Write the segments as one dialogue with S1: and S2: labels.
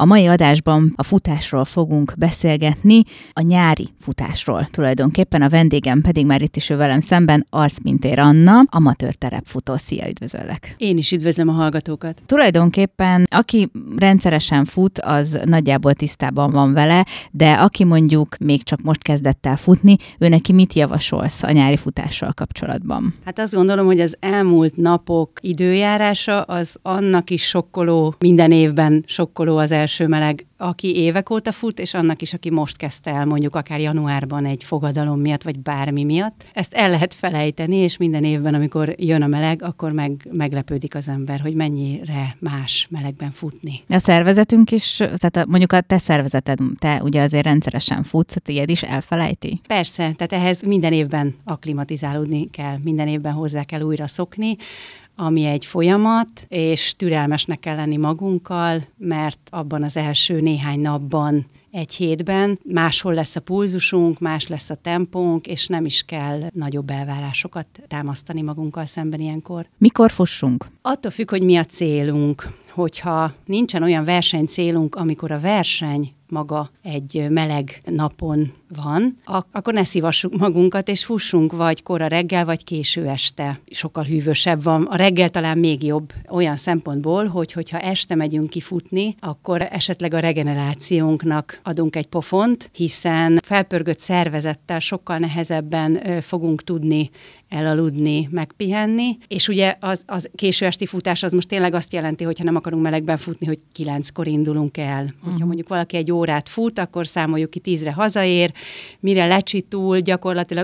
S1: A mai adásban a futásról fogunk beszélgetni, a nyári futásról tulajdonképpen. A vendégem pedig már itt is ő velem szemben, Arcpintér Anna, amatőr terepfutó. Szia, üdvözöllek!
S2: Én is üdvözlöm a hallgatókat!
S1: Tulajdonképpen, aki rendszeresen fut, az nagyjából tisztában van vele, de aki mondjuk még csak most kezdett el futni, ő neki mit javasolsz a nyári futással kapcsolatban?
S2: Hát azt gondolom, hogy az elmúlt napok időjárása az annak is sokkoló, minden évben sokkoló az első meleg, aki évek óta fut, és annak is, aki most kezdte el mondjuk akár januárban egy fogadalom miatt, vagy bármi miatt. Ezt el lehet felejteni, és minden évben, amikor jön a meleg, akkor meglepődik az ember, hogy mennyire más melegben futni.
S1: A szervezetünk is, tehát mondjuk a te szervezeted, te ugye azért rendszeresen futsz, a tiéd is elfelejti?
S2: Persze, tehát ehhez minden évben akklimatizálódni kell, minden évben hozzá kell újra szokni, ami egy folyamat, és türelmesnek kell lenni magunkkal, mert abban az első néhány napban, egy hétben máshol lesz a pulzusunk, más lesz a tempónk, és nem is kell nagyobb elvárásokat támasztani magunkkal szemben ilyenkor.
S1: Mikor fussunk?
S2: Attól függ, hogy mi a célunk. Hogyha nincsen olyan versenycélunk, amikor a verseny maga egy meleg napon van, akkor ne szívassuk magunkat, és fussunk vagy kora reggel, vagy késő este. Sokkal hűvösebb van. A reggel talán még jobb olyan szempontból, hogyha este megyünk kifutni, akkor esetleg a regenerációnknak adunk egy pofont, hiszen felpörgött szervezettel sokkal nehezebben fogunk tudni elaludni, megpihenni, és ugye az késő esti futás az most tényleg azt jelenti, hogyha nem akarunk melegben futni, hogy 9-kor indulunk el. Hogyha mondjuk valaki egy órát fut, akkor számoljuk ki 10-re hazaér, mire lecsitul, gyakorlatilag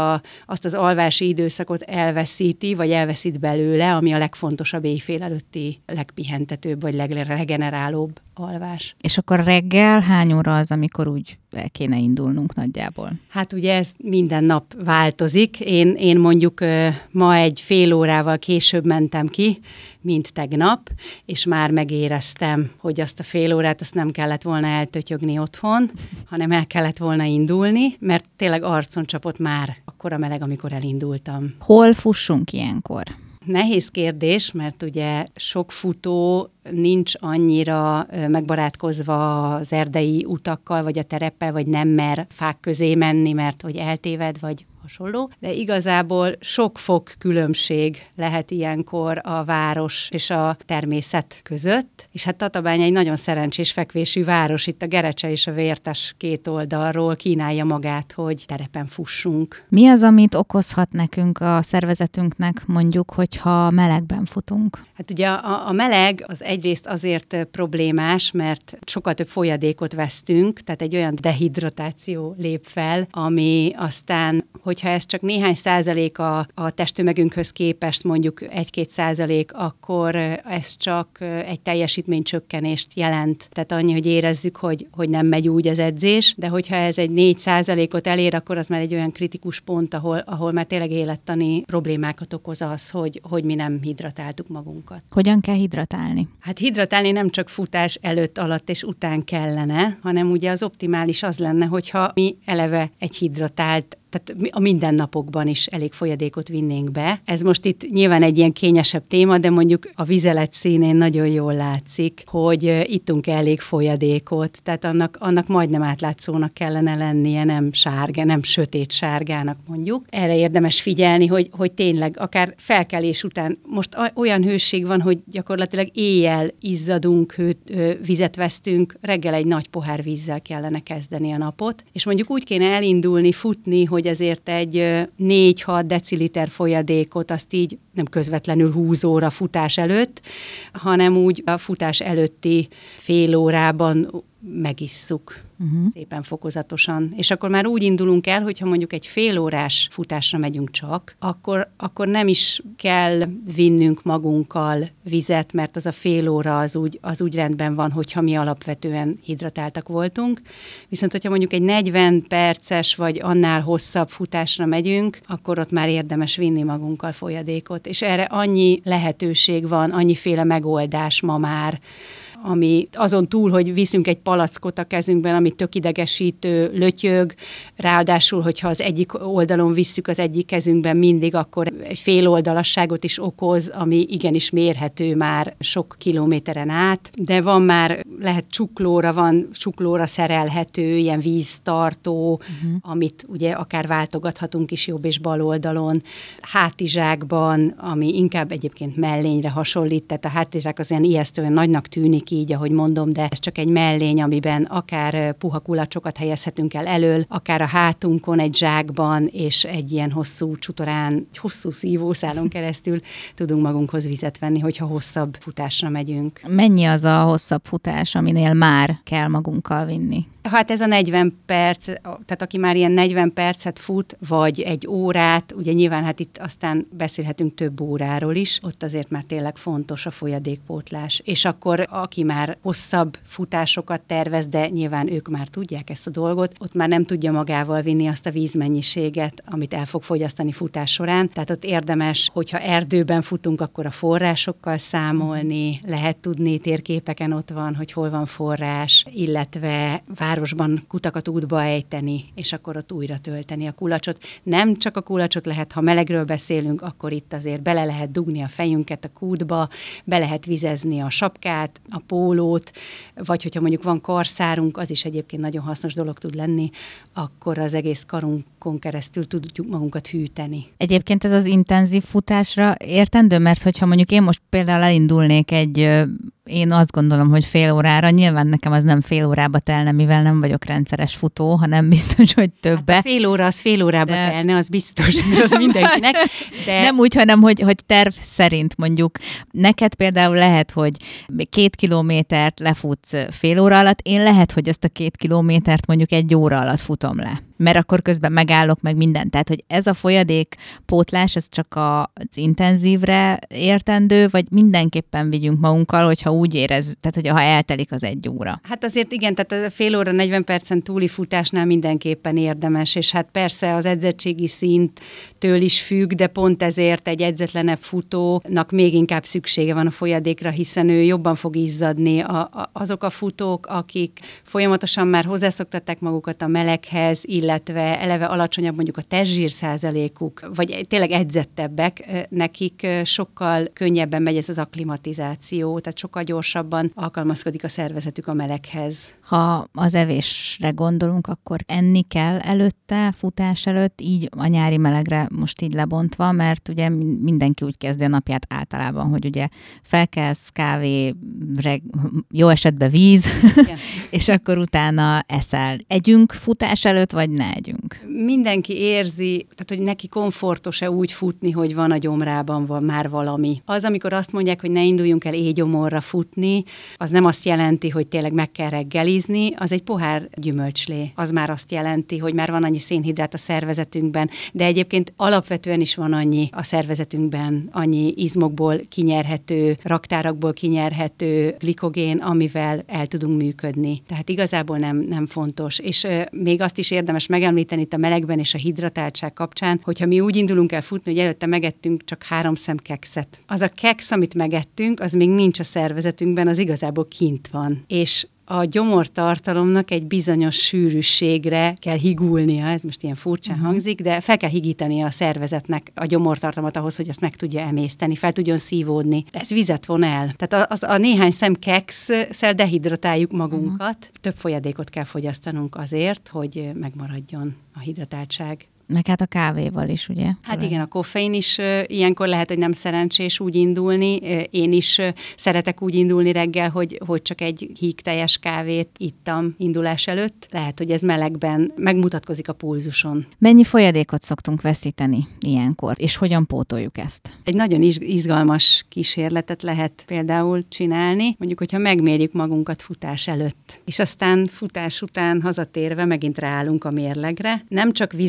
S2: azt az alvási időszakot elveszíti, vagy elveszít belőle, ami a legfontosabb éjfél előtti, legpihentetőbb, vagy legregenerálóbb alvás.
S1: És akkor reggel hány óra az, amikor úgy el kéne indulnunk nagyjából?
S2: Hát ugye ez minden nap változik. Én mondjuk ma egy fél órával később mentem ki, mint tegnap, és már megéreztem, hogy azt a fél órát azt nem kellett volna eltötyögni otthon, hanem el kellett volna indulni, mert tényleg arcon csapott már akkor a meleg, amikor elindultam.
S1: Hol fussunk ilyenkor?
S2: Nehéz kérdés, mert ugye sok futó nincs annyira megbarátkozva az erdei utakkal, vagy a tereppel, vagy nem mer fák közé menni, mert hogy eltéved, vagy hasonló. De igazából sok fok különbség lehet ilyenkor a város és a természet között. És hát Tatabánya egy nagyon szerencsés fekvésű város, itt a Gerecse és a Vértes két oldalról kínálja magát, hogy terepen fussunk.
S1: Mi az, amit okozhat nekünk a szervezetünknek, mondjuk, hogyha melegben futunk?
S2: Hát ugye a meleg az egyrészt azért problémás, mert sokkal több folyadékot vesztünk, tehát egy olyan dehidratáció lép fel, ami aztán, hogyha ez csak néhány százalék a testtömegünkhöz képest, mondjuk 1-2%, akkor ez csak egy teljesítménycsökkenést jelent. Tehát annyi, hogy érezzük, hogy nem megy úgy az edzés, de hogyha ez egy 4%-ot elér, akkor az már egy olyan kritikus pont, ahol már tényleg élettani problémákat okoz az, hogy mi nem hidratáltuk magunkat.
S1: Hogyan kell hidratálni?
S2: Hát hidratálni nem csak futás előtt, alatt és után kellene, hanem ugye az optimális az lenne, hogyha mi eleve egy hidratált, tehát a mindennapokban is elég folyadékot vinnénk be. Ez most itt nyilván egy ilyen kényesebb téma, de mondjuk a vizelet színén nagyon jól látszik, hogy ittunk elég folyadékot, tehát annak majdnem átlátszónak kellene lennie, nem sárga, nem sötét sárgának mondjuk. Erre érdemes figyelni, hogy tényleg akár felkelés után, most olyan hőség van, hogy gyakorlatilag éjjel izzadunk, vizet vesztünk, reggel egy nagy pohár vízzel kellene kezdeni a napot, és mondjuk úgy kéne elindulni, futni, hogy ezért egy 4-6 deciliter folyadékot azt így nem közvetlenül 20 óra futás előtt, hanem úgy a futás előtti fél órában megisszuk. Szépen fokozatosan. És akkor már úgy indulunk el, hogyha mondjuk egy fél órás futásra megyünk csak, akkor nem is kell vinnünk magunkkal vizet, mert az a fél óra az úgy rendben van, hogyha mi alapvetően hidratáltak voltunk. Viszont, hogyha mondjuk egy 40 perces vagy annál hosszabb futásra megyünk, akkor ott már érdemes vinni magunkkal folyadékot. És erre annyi lehetőség van, annyiféle megoldás ma már, ami azon túl, hogy viszünk egy palackot a kezünkben, ami tök idegesítő, lötyög, ráadásul, hogyha az egyik oldalon visszük az egyik kezünkben mindig, akkor egy féloldalasságot is okoz, ami igenis mérhető már sok kilométeren át, de van már, lehet csuklóra szerelhető, ilyen víztartó, amit ugye akár váltogathatunk is jobb és bal oldalon, hátizsákban, ami inkább egyébként mellényre hasonlít, tehát a hátizsák az ilyen ijesztően nagynak tűnik így, ahogy mondom, de ez csak egy mellény, amiben akár puha kulacsokat helyezhetünk el elől, akár a hátunkon egy zsákban, és egy ilyen hosszú csutorán, egy hosszú szívószálon keresztül tudunk magunkhoz vizet venni, hogyha hosszabb futásra megyünk.
S1: Mennyi az a hosszabb futás, aminél már kell magunkkal vinni?
S2: Hát ez a 40 perc, tehát aki már ilyen 40 percet fut, vagy egy órát, ugye nyilván hát itt aztán beszélhetünk több óráról is, ott azért már tényleg fontos a folyadékpótlás. És akkor aki már hosszabb futásokat tervez, de nyilván ők már tudják ezt a dolgot, ott már nem tudja magával vinni azt a vízmennyiséget, amit el fog fogyasztani futás során. Tehát ott érdemes, hogyha erdőben futunk, akkor a forrásokkal számolni, lehet tudni, térképeken ott van, hogy hol van forrás, illetve városban kutakat útba ejteni, és akkor ott újra tölteni a kulacsot. Nem csak a kulacsot lehet, ha melegről beszélünk, akkor itt azért bele lehet dugni a fejünket a kútba, be lehet vizezni a sapkát, a pólót, vagy hogyha mondjuk van karszárunk, az is egyébként nagyon hasznos dolog tud lenni, akkor az egész karunkon keresztül tudjuk magunkat hűteni.
S1: Egyébként ez az intenzív futásra értendő, mert hogyha mondjuk én most például elindulnék én azt gondolom, hogy fél órára, nyilván nekem az nem fél órába telne, mivel nem vagyok rendszeres futó, hanem biztos, hogy többe.
S2: Hát fél óra, az fél órába telne, az biztos, az mindenkinek. De...
S1: Nem úgy, hanem hogy terv szerint mondjuk. Neked például lehet, hogy 2 kilométert lefutsz fél óra alatt, én lehet, hogy azt a 2 kilométert mondjuk 1 óra alatt futom le. Mert akkor közben megállok meg mindent. Tehát, hogy ez a folyadékpótlás, ez csak az intenzívre értendő, vagy mindenképpen vigyünk magunkkal, hogyha úgy érez, tehát, hogy ha eltelik az 1 óra.
S2: Hát azért igen, tehát a fél óra 40 percen túli futásnál mindenképpen érdemes, és hát persze az edzettségi szinttől is függ, de pont ezért egy edzetlenebb futónak még inkább szüksége van a folyadékra, hiszen ő jobban fog izzadni. Azok a futók, akik folyamatosan már hozzászoktatták magukat a meleghez, illetve eleve alacsonyabb mondjuk a testzsír százalékuk, vagy tényleg edzettebbek, nekik sokkal könnyebben megy ez az akklimatizáció, tehát sokkal gyorsabban alkalmazkodik a szervezetük a meleghez.
S1: Ha az evésre gondolunk, akkor enni kell előtte, futás előtt, így a nyári melegre most így lebontva, mert ugye mindenki úgy kezdi a napját általában, hogy ugye felkelsz, kávé, jó esetben víz, és akkor utána eszel. Együnk futás előtt, vagy ne együnk?
S2: Mindenki érzi, tehát hogy neki komfortos-e úgy futni, hogy van a gyomrában van már valami. Az, amikor azt mondják, hogy ne induljunk el éjgyomorra futni, az nem azt jelenti, hogy tényleg meg kell reggelizni, az egy pohár gyümölcslé. Az már azt jelenti, hogy már van annyi szénhidrát a szervezetünkben, de egyébként alapvetően is van annyi a szervezetünkben, annyi izmokból kinyerhető, raktárakból kinyerhető glikogén, amivel el tudunk működni. Tehát igazából nem fontos. És még azt is érdemes megemlíteni itt a melegben és a hidratáltság kapcsán, hogyha mi úgy indulunk el futni, hogy előtte megettünk csak 3 szem kekszet. Az a keksz, amit megettünk, az még nincs a szervezetünkben, az igazából kint van. És a gyomortartalomnak egy bizonyos sűrűségre kell higulnia, ez most ilyen furcsán hangzik, de fel kell higítania a szervezetnek a gyomortartalmat ahhoz, hogy azt meg tudja emészteni, fel tudjon szívódni. Ez vizet von el. Tehát a néhány szem kekszszel dehidratáljuk magunkat. Több folyadékot kell fogyasztanunk azért, hogy megmaradjon a hidratáltság.
S1: Meg hát a kávéval is, ugye?
S2: Hát igen, a koffein is ilyenkor lehet, hogy nem szerencsés úgy indulni. Én is szeretek úgy indulni reggel, hogy csak egy híg teljes kávét ittam indulás előtt. Lehet, hogy ez melegben megmutatkozik a pulzuson.
S1: Mennyi folyadékot szoktunk veszíteni ilyenkor, és hogyan pótoljuk ezt?
S2: Egy nagyon izgalmas kísérletet lehet például csinálni, mondjuk, hogyha megmérjük magunkat futás előtt, és aztán futás után hazatérve megint ráállunk a mérlegre. Nem csak vizet veszítünk,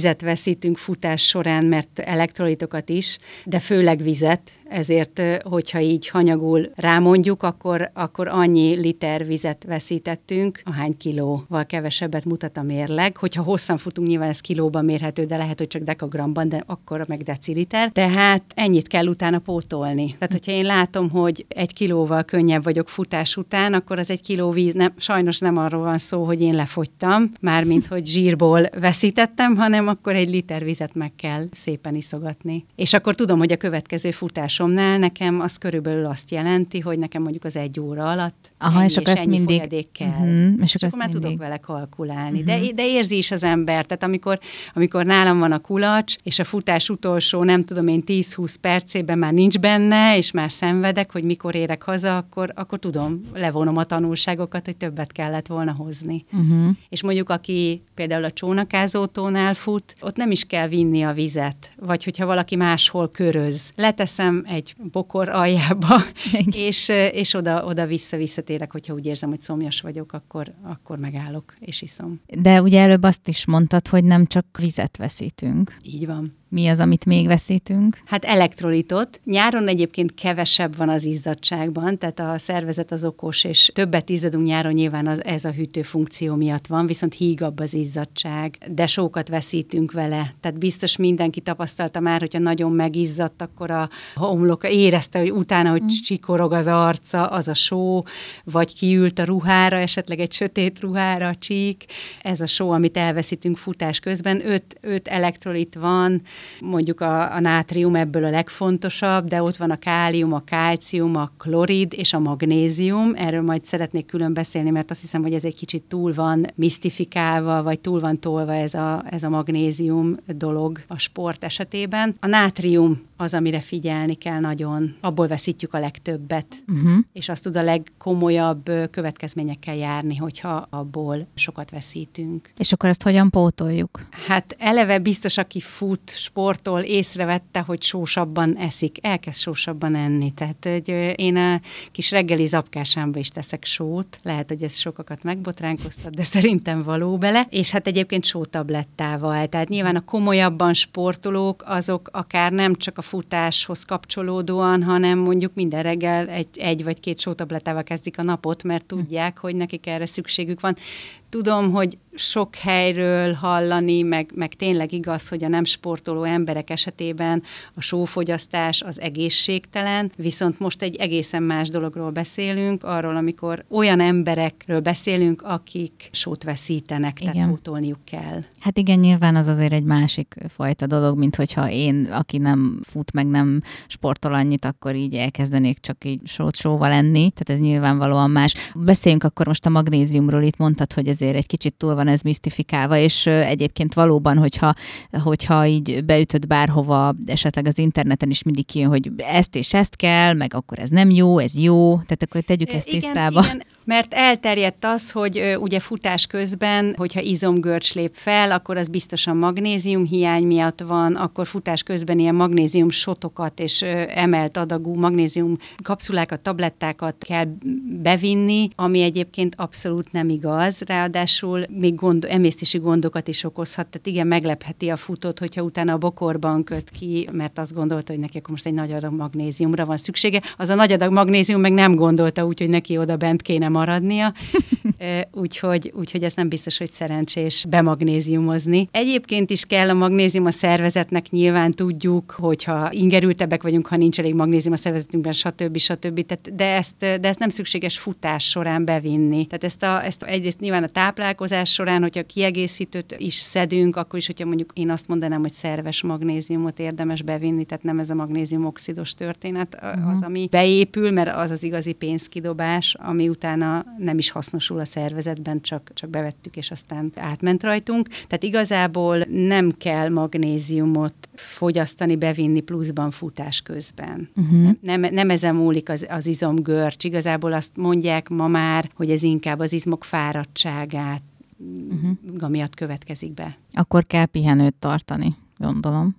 S2: veszítünk futás során, mert elektrolitokat is, de főleg vizet, ezért, hogyha így hanyagul rámondjuk, akkor annyi liter vizet veszítettünk, ahány kilóval kevesebbet mutat a mérleg. Hogyha hosszan futunk, nyilván ez kilóban mérhető, de lehet, hogy csak dekagramban, de akkor meg deciliter. Tehát ennyit kell utána pótolni. Tehát, hogyha én látom, hogy 1 kilóval könnyebb vagyok futás után, akkor az 1 kiló víz, sajnos nem arról van szó, hogy én lefogytam, mármint, hogy zsírból veszítettem, hanem akkor 1 liter vizet meg kell szépen iszogatni. És akkor tudom, hogy a következő futásomnál nekem az körülbelül azt jelenti, hogy nekem mondjuk az 1 óra alatt
S1: és akkor ezt
S2: ennyi
S1: mindig
S2: folyadék kell.
S1: És
S2: akkor már tudok vele kalkulálni. De érzi is az ember. Tehát amikor nálam van a kulacs, és a futás utolsó, nem tudom én, 10-20 percében már nincs benne, és már szenvedek, hogy mikor érek haza, akkor tudom, levonom a tanulságokat, hogy többet kellett volna hozni. És mondjuk, aki például a csónakázótónál fut, ott nem is kell vinni a vizet. Vagy hogyha valaki máshol köröz. Leteszem egy bokor aljába, és oda visszatérek, hogyha úgy érzem, hogy szomjas vagyok, akkor megállok, és iszom.
S1: De ugye előbb azt is mondtad, hogy nem csak vizet veszítünk.
S2: Így van.
S1: Mi az, amit még veszítünk?
S2: Hát elektrolitot. Nyáron egyébként kevesebb van az izzadságban, tehát a szervezet az okos, és többet izzadunk nyáron, nyilván ez a hűtő funkció miatt van, viszont hígabb az izzadság, de sókat veszítünk vele. Tehát biztos mindenki tapasztalta már, hogyha nagyon megizzadt, akkor a homloka érezte, hogy utána, hogy csikorog az arca, az a só, vagy kiült a ruhára, esetleg egy sötét ruhára a csík. Ez a só, amit elveszítünk futás közben. 5 elektrolit van, mondjuk a nátrium ebből a legfontosabb, de ott van a kálium, a kálcium, a klorid és a magnézium. Erről majd szeretnék külön beszélni, mert azt hiszem, hogy ez egy kicsit túl van misztifikálva, vagy túl van tolva ez a magnézium dolog a sport esetében. A nátrium az, amire figyelni kell nagyon. Abból veszítjük a legtöbbet, és azt tud a legkomolyabb következményekkel járni, hogyha abból sokat veszítünk.
S1: És akkor ezt hogyan pótoljuk?
S2: Hát eleve biztos, aki fut, sportol, észrevette, hogy sósabban eszik. Elkezd sósabban enni. Tehát hogy én a kis reggeli zapkásámba is teszek sót. Lehet, hogy ez sokakat megbotránkoztat, de szerintem való bele. És hát egyébként sótablettával. Tehát nyilván a komolyabban sportolók, azok akár nem csak a futáshoz kapcsolódóan, hanem mondjuk minden reggel egy vagy 2 sótablettával kezdik a napot, mert tudják, hogy nekik erre szükségük van. Tudom, hogy sok helyről hallani, meg tényleg igaz, hogy a nem sportoló emberek esetében a sófogyasztás az egészségtelen, viszont most egy egészen más dologról beszélünk, arról, amikor olyan emberekről beszélünk, akik sót veszítenek, tehát pótolniuk kell.
S1: Hát igen, nyilván az azért egy másik fajta dolog, mint hogyha én, aki nem fut, meg nem sportol annyit, akkor így elkezdenék csak így sóval enni, tehát ez nyilvánvalóan más. Beszéljünk akkor most a magnéziumról, itt mondtad, hogy ezért egy kicsit túl van ez misztifikálva, és egyébként valóban, hogyha így beütöd bárhova, esetleg az interneten is mindig kijön, hogy ezt és ezt kell, meg akkor ez nem jó, ez jó, tehát akkor tegyük ezt tisztába.
S2: Igen. Mert elterjedt az, hogy ugye futás közben, hogyha izomgörcs lép fel, akkor az biztosan magnézium hiány miatt van, akkor futás közben ilyen magnézium sotokat és emelt adagú magnézium kapszulákat, tablettákat kell bevinni, ami egyébként abszolút nem igaz, ráadásul még emésztési gondokat is okozhat, tehát igen, meglepheti a futót, hogyha utána a bokorban köt ki, mert azt gondolta, hogy neki akkor most egy nagy adag magnéziumra van szüksége. Az a nagy adag magnézium meg nem gondolta úgy, hogy neki oda bent kéne maradnia, úgyhogy ez nem biztos, hogy szerencsés bemagnéziumozni. Egyébként is kell a magnézium a szervezetnek, nyilván tudjuk, hogyha ingerültebbek vagyunk, ha nincs elég magnézium a szervezetünkben, stb. De ezt nem szükséges futás során bevinni. Tehát ezt egyrészt nyilván a táplálkozás során, hogyha kiegészítőt is szedünk, akkor is, hogyha mondjuk én azt mondanám, hogy szerves magnéziumot érdemes bevinni, tehát nem ez a magnézium-oxidos történet az, ami beépül, mert az az igazi pénzkidobás, ami utána nem is hasznosul a szervezetben, csak bevettük, és aztán átment rajtunk. Tehát igazából nem kell magnéziumot fogyasztani, bevinni pluszban futás közben. Nem ezen múlik az izomgörcs. Igazából azt mondják ma már, hogy ez inkább az izmok fáradtságát miatt következik be.
S1: Akkor kell pihenőt tartani, gondolom.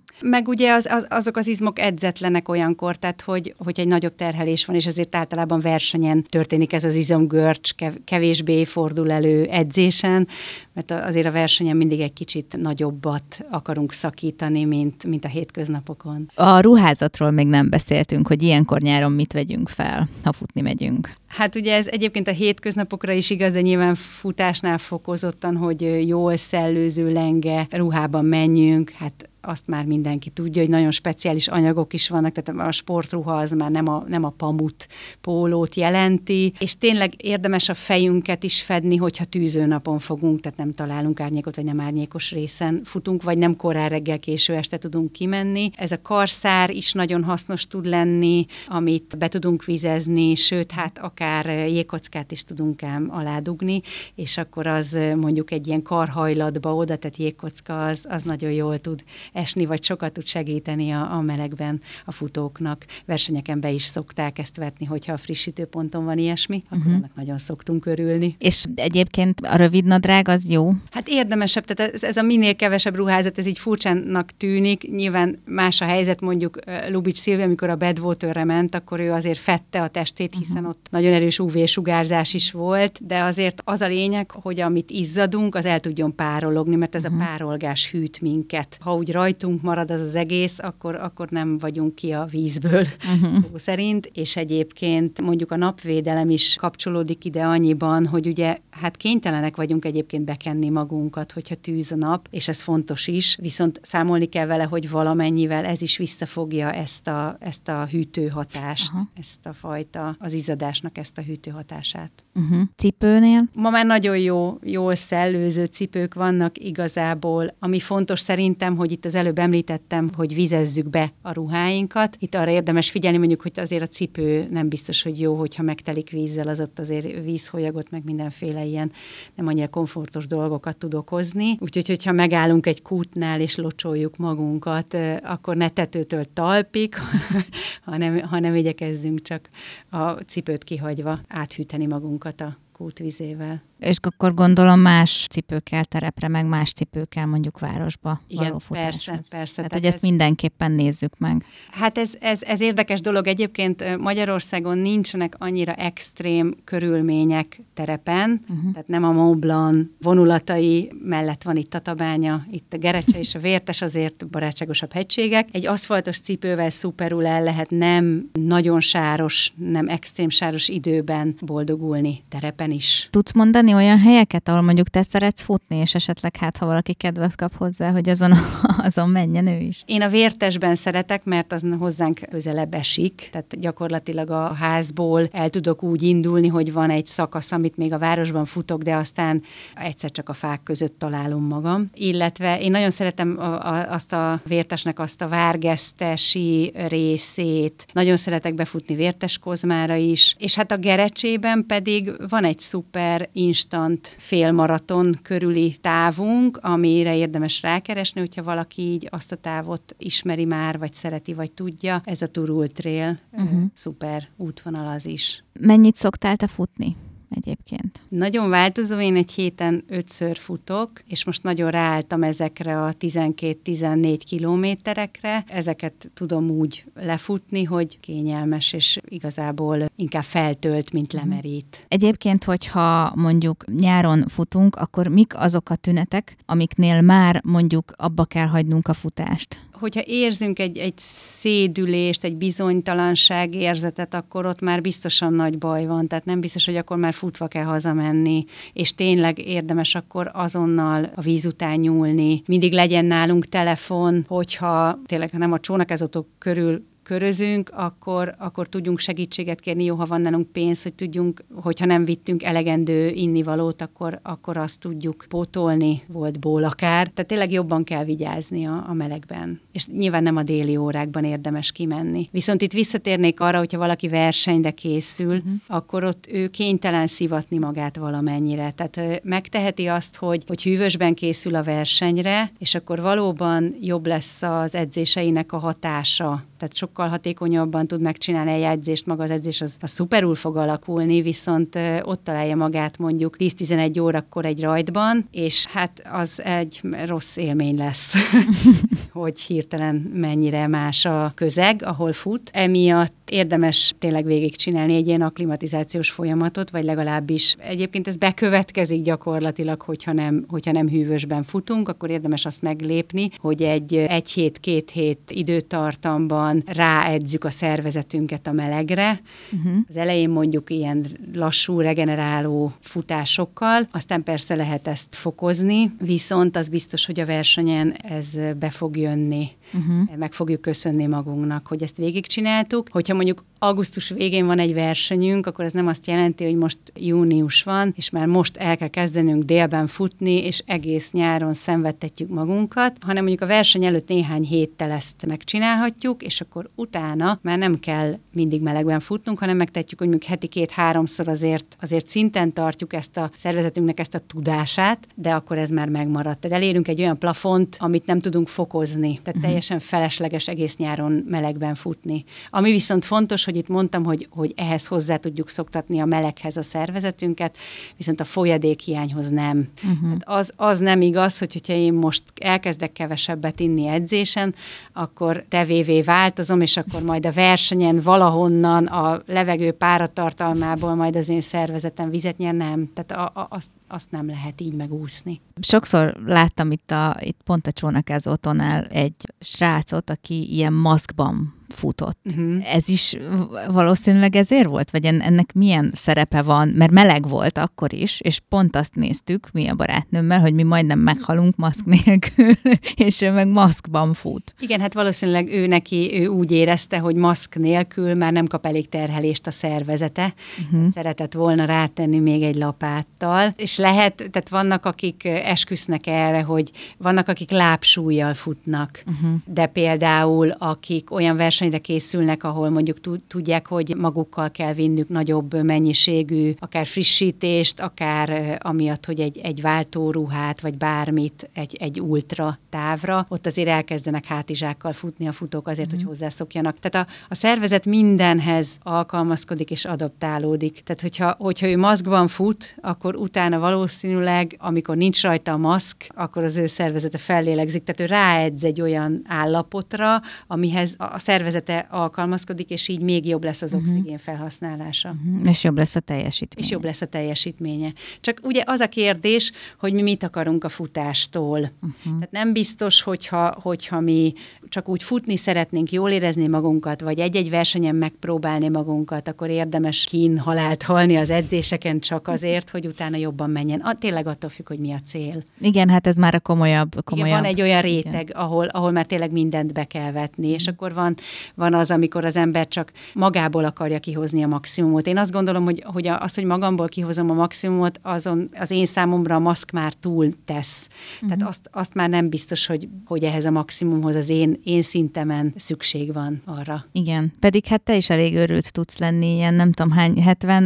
S2: Meg ugye azok az izmok edzetlenek olyankor, tehát hogy egy nagyobb terhelés van, és ezért általában versenyen történik ez az izomgörcs, kevésbé fordul elő edzésen, mert azért a versenyen mindig egy kicsit nagyobbat akarunk szakítani, mint a hétköznapokon.
S1: A ruházatról még nem beszéltünk, hogy ilyenkor nyáron mit vegyünk fel, ha futni megyünk.
S2: Hát ugye ez egyébként a hétköznapokra is igaz, de nyilván futásnál fokozottan, hogy jól szellőző lenge ruhában menjünk, hát azt már mindenki tudja, hogy nagyon speciális anyagok is vannak, tehát a sportruha az már nem a pamut pólót jelenti, és tényleg érdemes a fejünket is fedni, hogyha tűzőnapon fogunk, tehát nem találunk árnyékot, vagy nem árnyékos részen futunk, vagy nem korán reggel, késő este tudunk kimenni. Ez a karszár is nagyon hasznos tud lenni, amit be tudunk vizezni, sőt, hát akár jégkockát is tudunk ám aládugni, és akkor az mondjuk egy ilyen karhajlatba oda, tehát jégkocka az nagyon jól tud esni, vagy sokat tud segíteni a melegben a futóknak. Versenyeken be is szokták ezt vetni, hogyha a frissítőponton van ilyesmi, akkor annak nagyon szoktunk örülni.
S1: És egyébként a rövidnadrág az jó?
S2: Hát érdemesebb, tehát ez a minél kevesebb ruházat, ez így furcsának tűnik. Nyilván más a helyzet, mondjuk Lubich Szilvia, amikor a Badwaterre ment, akkor ő azért fedte a testét, hiszen ott nagyon erős UV-sugárzás is volt, de azért az a lényeg, hogy amit izzadunk, az el tudjon párologni, mert ez a párolgás hűt minket. Ha úgy rajtunk marad az egész, akkor nem vagyunk ki a vízből, szó szerint, és egyébként mondjuk a napvédelem is kapcsolódik ide annyiban, hogy ugye hát kénytelenek vagyunk egyébként bekenni magunkat, hogyha tűz a nap, és ez fontos is, viszont számolni kell vele, hogy valamennyivel ez is visszafogja ezt a hűtőhatást, ezt a fajta, az izzadásnak ezt a hűtőhatását.
S1: Cipőnél?
S2: Ma már nagyon jól szellőző cipők vannak igazából, ami fontos szerintem, hogy itt az előbb említettem, hogy vizezzük be a ruháinkat. Itt arra érdemes figyelni, mondjuk, hogy azért a cipő nem biztos, hogy jó, hogyha megtelik vízzel, az ott azért vízholyagot, meg mindenféle ilyen nem annyira komfortos dolgokat tud okozni. Úgyhogy, hogyha megállunk egy kútnál és locsoljuk magunkat, akkor ne tetőtől talpig, hanem igyekezzünk csak a cipőt kihagyva áthűteni magunkat a kútvizével.
S1: És akkor gondolom más cipő kell terepre, meg más cipő kell mondjuk városba való futáshoz.
S2: Persze.
S1: Tehát, hogy ezt mindenképpen nézzük meg.
S2: Hát ez érdekes dolog. Egyébként Magyarországon nincsenek annyira extrém körülmények terepen, tehát nem a Mont Blanc vonulatai mellett van itt Tatabánya, itt a Gerecse és a Vértes, azért barátságosabb hegységek. Egy aszfaltos cipővel szuperul el lehet nem nagyon sáros, nem extrém sáros időben boldogulni terepen is.
S1: Tudsz mondani olyan helyeket, ahol mondjuk te szeretsz futni, és esetleg ha valaki kedvet kap hozzá, hogy azon menjen ő is?
S2: Én a Vértesben szeretek, mert az hozzánk közelebb esik, tehát gyakorlatilag a házból el tudok úgy indulni, hogy van egy szakasz, amit még a városban futok, de aztán egyszer csak a fák között találom magam. Illetve én nagyon szeretem azt a Vértesnek azt a várgesztesi részét, nagyon szeretek befutni Vérteskozmára is, és hát a Gerecsében pedig van egy szuper instant félmaraton körüli távunk, amire érdemes rákeresni, hogyha valaki így azt a távot ismeri már, vagy szereti, vagy tudja. Ez a Turul Trail, szuper útvonal az is.
S1: Mennyit szoktál te futni egyébként?
S2: Nagyon változó, én egy héten 5-ször futok, és most nagyon ráálltam ezekre a 12-14 kilométerekre. Ezeket tudom úgy lefutni, hogy kényelmes, és igazából inkább feltölt, mint lemerít.
S1: Egyébként, hogyha mondjuk nyáron futunk, akkor mik azok a tünetek, amiknél már mondjuk abba kell hagynunk a futást?
S2: Hogyha érzünk egy szédülést, egy bizonytalanság érzetet, akkor ott már biztosan nagy baj van, tehát nem biztos, hogy akkor már futva kell hazamenni, és tényleg érdemes akkor azonnal a víz után nyúlni. Mindig legyen nálunk telefon, hogyha tényleg nem a csónakázótok körül körözünk, akkor tudjunk segítséget kérni, jó, ha van nálunk pénz, hogy tudjunk, hogyha nem vittünk elegendő innivalót, akkor azt tudjuk pótolni, voltból akár. Tehát tényleg jobban kell vigyázni a melegben. És nyilván nem a déli órákban érdemes kimenni. Viszont itt visszatérnék arra, hogyha valaki versenyre készül, akkor ott ő kénytelen szivatni magát valamennyire. Tehát megteheti azt, hogy hűvösben készül a versenyre, és akkor valóban jobb lesz az edzéseinek a hatása tehát sokkal hatékonyabban tud megcsinálni egy edzést, maga az edzés az szuperul fog alakulni, viszont ott találja magát mondjuk 10-11 órakor egy rajtban, és hát az egy rossz élmény lesz, hogy hirtelen mennyire más a közeg, ahol fut. Emiatt érdemes tényleg végigcsinálni egy ilyen akklimatizációs folyamatot, vagy legalábbis egyébként ez bekövetkezik gyakorlatilag, hogyha nem hűvösben futunk, akkor érdemes azt meglépni, hogy egy hét, 2 hét időtartamban ráedzük a szervezetünket a melegre. Az elején mondjuk ilyen lassú, regeneráló futásokkal, aztán persze lehet ezt fokozni, viszont az biztos, hogy a versenyen ez be fog jönni. Meg fogjuk köszönni magunknak, hogy ezt végigcsináltuk. Hogyha mondjuk augusztus végén van egy versenyünk, akkor ez nem azt jelenti, hogy most június van, és már most el kell kezdenünk délben futni, és egész nyáron szenvedtetjük magunkat, hanem mondjuk a verseny előtt néhány héttel ezt megcsinálhatjuk, és akkor utána már nem kell mindig melegben futnunk, hanem megtetjük, hogy mondjuk heti 2-3-szor azért szinten tartjuk ezt a szervezetünknek ezt a tudását, de akkor ez már megmaradt. Tehát elérünk egy olyan plafont, amit nem tudunk fokozni. Tehát teljesen felesleges egész nyáron melegben futni. Ami viszont fontos, hogy itt mondtam, hogy ehhez hozzá tudjuk szoktatni a meleghez a szervezetünket, viszont a folyadékhiányhoz nem. Az nem igaz, hogyha én most elkezdek kevesebbet inni edzésen, akkor tevévé változom, és akkor majd a versenyen valahonnan a levegő páratartalmából majd az én szervezetem vizet nyer, nem. Tehát azt nem lehet így megúszni.
S1: Sokszor láttam itt pont a Csónakázótónál egy srácot, aki ilyen maszkban futott. Ez is valószínűleg ezért volt? Vagy ennek milyen szerepe van? Mert meleg volt akkor is, és pont azt néztük mi a barátnőmmel, hogy mi majdnem meghalunk maszk nélkül, és ő meg maszkban fut.
S2: Igen, hát valószínűleg ő úgy érezte, hogy maszk nélkül már nem kap elég terhelést a szervezete. Szeretett volna rátenni még egy lapáttal. És lehet, tehát vannak, akik esküsznek erre, hogy vannak, akik lábsúlyjal futnak, de például akik olyan versenyre készülnek, ahol mondjuk tudják, hogy magukkal kell vinnük nagyobb mennyiségű, akár frissítést, akár amiatt, hogy egy váltóruhát, vagy bármit egy ultra távra, ott azért elkezdenek hátizsákkal futni a futók azért, hogy hozzászokjanak. Tehát a szervezet mindenhez alkalmazkodik és adaptálódik. Tehát, hogyha ő maszkban fut, akkor utána valószínűleg, amikor nincs rajta a maszk, akkor az ő szervezete fellélegzik. Tehát ő ráedz egy olyan állapotra, amihez a szervezete alkalmazkodik, és így még jobb lesz az oxigén felhasználása.
S1: És jobb lesz a teljesítménye.
S2: Csak ugye az a kérdés, hogy mi mit akarunk a futástól. Tehát nem biztos, hogyha mi csak úgy futni szeretnénk, jól érezni magunkat, vagy egy-egy versenyen megpróbálni magunkat, akkor érdemes halált halni az edzéseken csak azért, hogy utána jobban menjen. Tényleg attól függ, hogy mi a cél.
S1: Igen, hát ez már a komolyabb.
S2: Igen, van egy olyan réteg, ahol már tényleg mindent be kell vetni, és akkor van az, amikor az ember csak magából akarja kihozni a maximumot. Én azt gondolom, hogy hogy magamból kihozom a maximumot, azon az én számomra a maszk már túl tesz. Tehát azt már nem biztos, hogy ehhez a maximumhoz az én szintemen szükség van arra.
S1: Igen, pedig hát te is elég őrült tudsz lenni, ilyen nem tudom hány,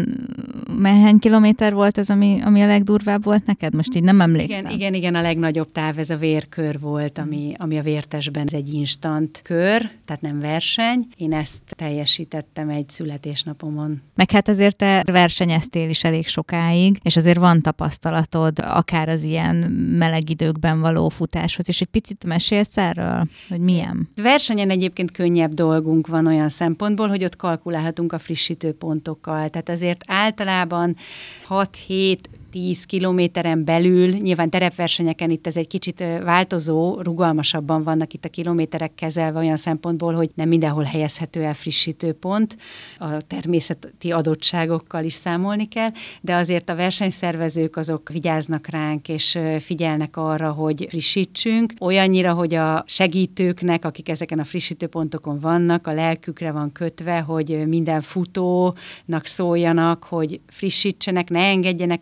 S1: 70 kilométer volt ez, ami a legdurvább volt neked? Most így nem emlékszem.
S2: Igen, a legnagyobb táv ez a vérkör volt, ami a vértestben ez egy instant kör, tehát nem verseny. Én ezt teljesítettem egy születésnapomon.
S1: Meg hát azért te versenyeztél is elég sokáig, és azért van tapasztalatod akár az ilyen meleg időkben való futáshoz, és egy picit mesélsz erről, hogy milyen?
S2: Versenyen egyébként könnyebb dolgunk van olyan szempontból, hogy ott kalkulálhatunk a frissítőpontokkal. Tehát azért általában 6-7 10 kilométeren belül, nyilván terepversenyeken itt ez egy kicsit változó, rugalmasabban vannak itt a kilométerek kezelve olyan szempontból, hogy nem mindenhol helyezhető el frissítőpont, a természeti adottságokkal is számolni kell, de azért a versenyszervezők azok vigyáznak ránk, és figyelnek arra, hogy frissítsünk. Olyannyira, hogy a segítőknek, akik ezeken a frissítőpontokon vannak, a lelkükre van kötve, hogy minden futónak szóljanak, hogy frissítsenek, ne engedjenek el senkit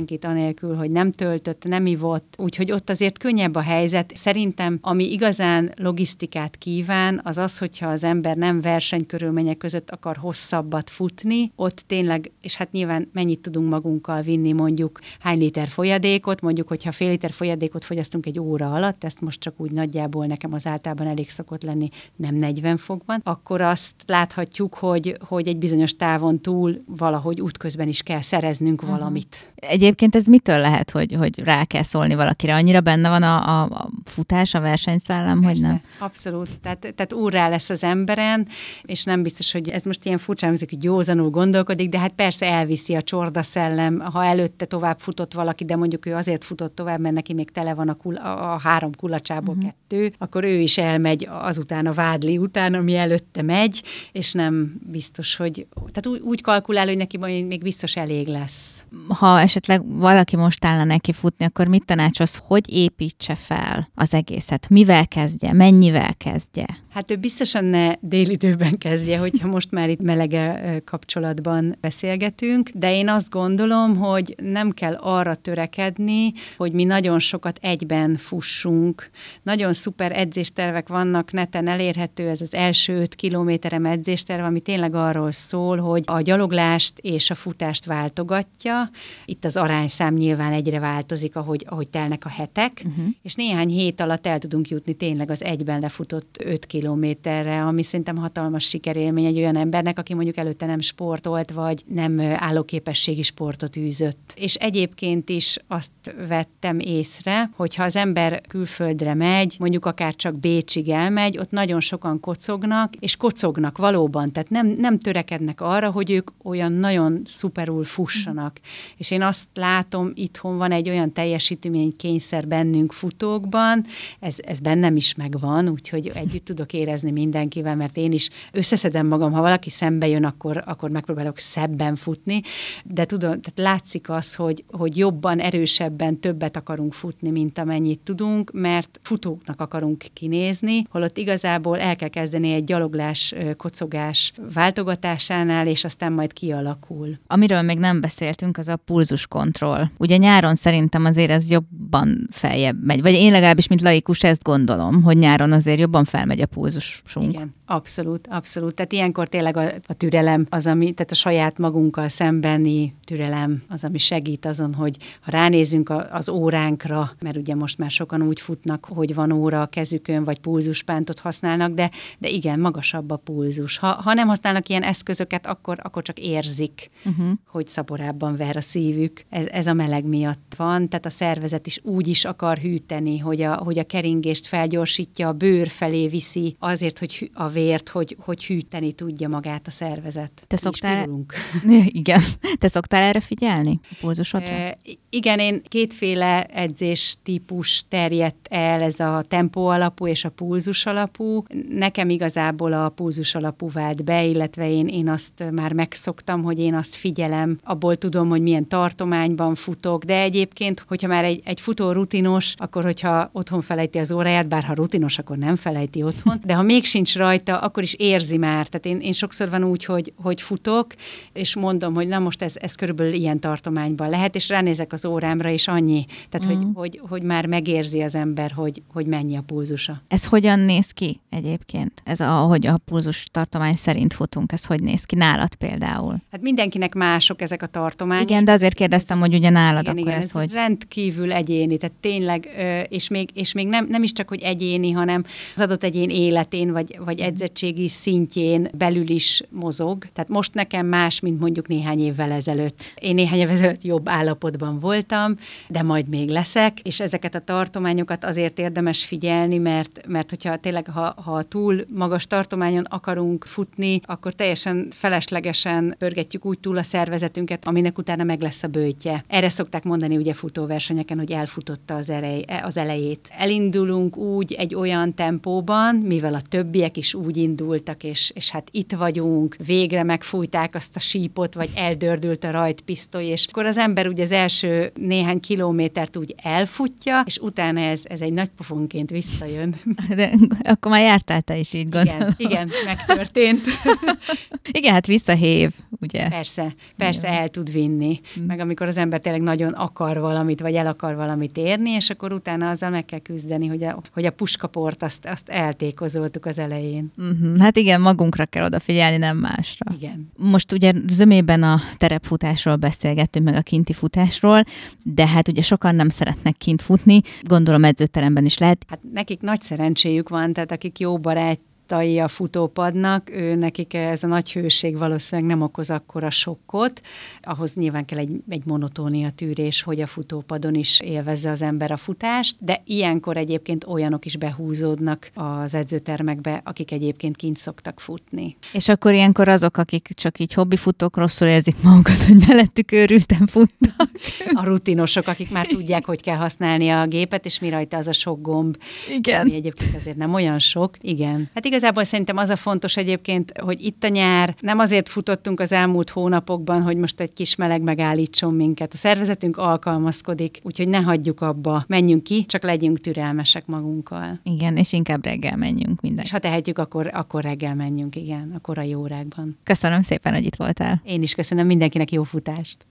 S2: senkit anélkül, hogy nem töltött, nem ivott, úgyhogy ott azért könnyebb a helyzet. Szerintem, ami igazán logisztikát kíván, az az, hogyha az ember nem versenykörülmények között akar hosszabbat futni, ott tényleg, és hát nyilván mennyit tudunk magunkkal vinni, mondjuk hány liter folyadékot, mondjuk, hogyha fél liter folyadékot fogyasztunk egy óra alatt, ezt most csak úgy nagyjából nekem az általában elég szokott lenni, nem 40 fokban, akkor azt láthatjuk, hogy egy bizonyos távon túl valahogy útközben is kell szereznünk valamit.
S1: Egyébként ez mitől lehet, hogy rá kell szólni valakire? Annyira benne van a futás, a versenyszellem, hogy nem?
S2: Abszolút. Tehát úrrá lesz az emberen, és nem biztos, hogy ez most ilyen furcsán, hogy józanul gondolkodik, de hát persze elviszi a csordaszellem, ha előtte tovább futott valaki, de mondjuk ő azért futott tovább, mert neki még tele van a 3 kulacsából 2, akkor ő is elmegy azután a vádli után, ami előtte megy, és nem biztos, hogy... Tehát úgy kalkulál, hogy neki még biztos elég lesz.
S1: Ha esetleg valaki most állna neki futni, akkor mit tanácsolsz, hogy építse fel az egészet? Mivel kezdje? Mennyivel kezdje?
S2: Hát ő biztosan ne délidőben kezdje, hogyha most már itt melege kapcsolatban beszélgetünk, de én azt gondolom, hogy nem kell arra törekedni, hogy mi nagyon sokat egyben fussunk. Nagyon szuper edzéstervek vannak, neten elérhető, ez az első 5 kilométerem edzésterv, ami tényleg arról szól, hogy a gyaloglást és a futást váltogatja. Itt az arányszám nyilván egyre változik, ahogy telnek a hetek, és néhány hét alatt el tudunk jutni tényleg az egyben lefutott 5 kilométerre, ami szerintem hatalmas sikerélmény egy olyan embernek, aki mondjuk előtte nem sportolt, vagy nem állóképességi sportot űzött. És egyébként is azt vettem észre, hogyha az ember külföldre megy, mondjuk akár csak Bécsig elmegy, ott nagyon sokan kocognak, és kocognak valóban, tehát nem törekednek arra, hogy ők olyan nagyon szuperul fussanak. És én azt látom, itthon van egy olyan teljesítménykényszer bennünk futókban, ez bennem is megvan, úgyhogy együtt tudok érezni mindenkivel, mert én is összeszedem magam, ha valaki szembe jön, akkor megpróbálok szebben futni, de tudom, tehát látszik az, hogy jobban, erősebben többet akarunk futni, mint amennyit tudunk, mert futóknak akarunk kinézni, holott igazából el kell kezdeni egy gyaloglás, kocogás váltogatásánál, és aztán majd kialakul.
S1: Amiről még nem beszéltünk, az a pulzuskontroll. Ugye nyáron szerintem azért ez jobban feljebb megy, vagy én legalábbis, mint laikus ezt gondolom, hogy nyáron azért jobban felmegy a pulzusunk.
S2: Igen, abszolút. Tehát ilyenkor tényleg a türelem az, ami, tehát a saját magunkkal szembeni türelem az, ami segít azon, hogy ha ránézzünk az óránkra, mert ugye most már sokan úgy futnak, hogy van óra a kezükön, vagy pulzuspántot használnak, de igen, magasabb a pulzus. Ha nem használnak ilyen eszközöket, akkor csak érzik, hogy szaporábban ver a szívük. Ez a meleg miatt van, tehát a szervezet is úgy is akar hűteni, hogy a keringést felgyorsítja, a bőr felé viszi, azért, hogy a vért, hogy hűteni tudja magát a szervezet.
S1: Te szoktál... Igen. Te szoktál erre figyelni? A pulzusodra?
S2: Igen, én kétféle edzés típus terjedt el, ez a tempó alapú és a pulzus alapú. Nekem igazából a pulzus alapú vált be, illetve én azt már megszoktam, hogy én azt figyelem, abból tudom, hogy milyen tartományban futok, de egyébként, hogyha már egy futó rutinos, akkor hogyha otthon felejti az óráját, bár ha rutinos, akkor nem felejti otthon, de ha még sincs rajta, akkor is érzi már. Tehát én sokszor van úgy, hogy futok, és mondom, hogy na most ez körülbelül ilyen tartományban lehet, és ránézek az órámra, és annyi. Tehát, hogy már megérzi az ember, hogy mennyi a pulzusa.
S1: Ez hogyan néz ki egyébként? Ez ahogy a pulzus tartomány szerint futunk, ez hogy néz ki nálad például?
S2: Hát mindenkinek mások ezek a tartományok.
S1: Igen, de azért kérdeztem, hogy ugye nálad akkor
S2: ez
S1: hogy...
S2: rendkívül egyéni, tehát tényleg, és még nem is csak, hogy egyéni, hanem az adott egyén életén, vagy edzettségi szintjén belül is mozog. Tehát most nekem más, mint mondjuk néhány évvel ezelőtt. Én néhány évvel ezelőtt jobb állapotban voltam, de majd még leszek, és ezeket a tartományokat azért érdemes figyelni, mert hogyha tényleg, ha túl magas tartományon akarunk futni, akkor teljesen feleslegesen pörgetjük úgy túl a szervezetünket, aminek utána meg lesz a böjtje. Erre szokták mondani ugye futóversenyeken, hogy elfutotta az elejét. Elindulunk úgy egy olyan tempóban, mivel a többiek is úgy indultak, és hát itt vagyunk, végre megfújták azt a sípot, vagy eldördült a rajtpisztoly, és akkor az ember ugye az első néhány kilométert úgy elfutja, és utána ez egy nagy pofonként visszajön.
S1: De akkor már jártál te is, így gondolom.
S2: Igen, megtörtént.
S1: Igen, hát visszahév, ugye?
S2: Persze el tud vinni. Meg amikor az ember tényleg nagyon akar valamit, vagy el akar valamit érni, és akkor utána azzal meg kell küzdeni, hogy a puskaport azt eltékozoltuk az elején.
S1: Hát igen, magunkra kell odafigyelni, nem másra.
S2: Igen.
S1: Most ugye zömében a terepfutásról beszélgettünk, meg a kinti futásról, de hát ugye sokan nem szeretnek kint futni, gondolom edzőteremben is lehet.
S2: Hát nekik nagy szerencséjük van, tehát akik jó barátai a futópadnak, nekik ez a nagy hőség valószínűleg nem okoz akkora sokkot. Ahhoz nyilván kell egy monotónia tűrés, hogy a futópadon is élvezze az ember a futást, de ilyenkor egyébként olyanok is behúzódnak az edzőtermekbe, akik egyébként kint szoktak futni.
S1: És akkor ilyenkor azok, akik csak így hobbifutók, rosszul érzik magukat, hogy mellettük őrülten futnak.
S2: A rutinosok, akik már tudják, hogy kell használni a gépet, és mi rajta az a sok gomb.
S1: Igen.
S2: Ami egyébként azért nem olyan sok. Igen. Hát igazából szerintem az a fontos egyébként, hogy itt a nyár, nem azért futottunk az elmúlt hónapokban, hogy most egy kis meleg megállítson minket. A szervezetünk alkalmazkodik, úgyhogy ne hagyjuk abba. Menjünk ki, csak legyünk türelmesek magunkkal.
S1: Igen, és inkább reggel menjünk minden.
S2: És ha tehetjük, akkor reggel menjünk, igen, a korai órákban.
S1: Köszönöm szépen, hogy itt voltál.
S2: Én is köszönöm mindenkinek, jó futást!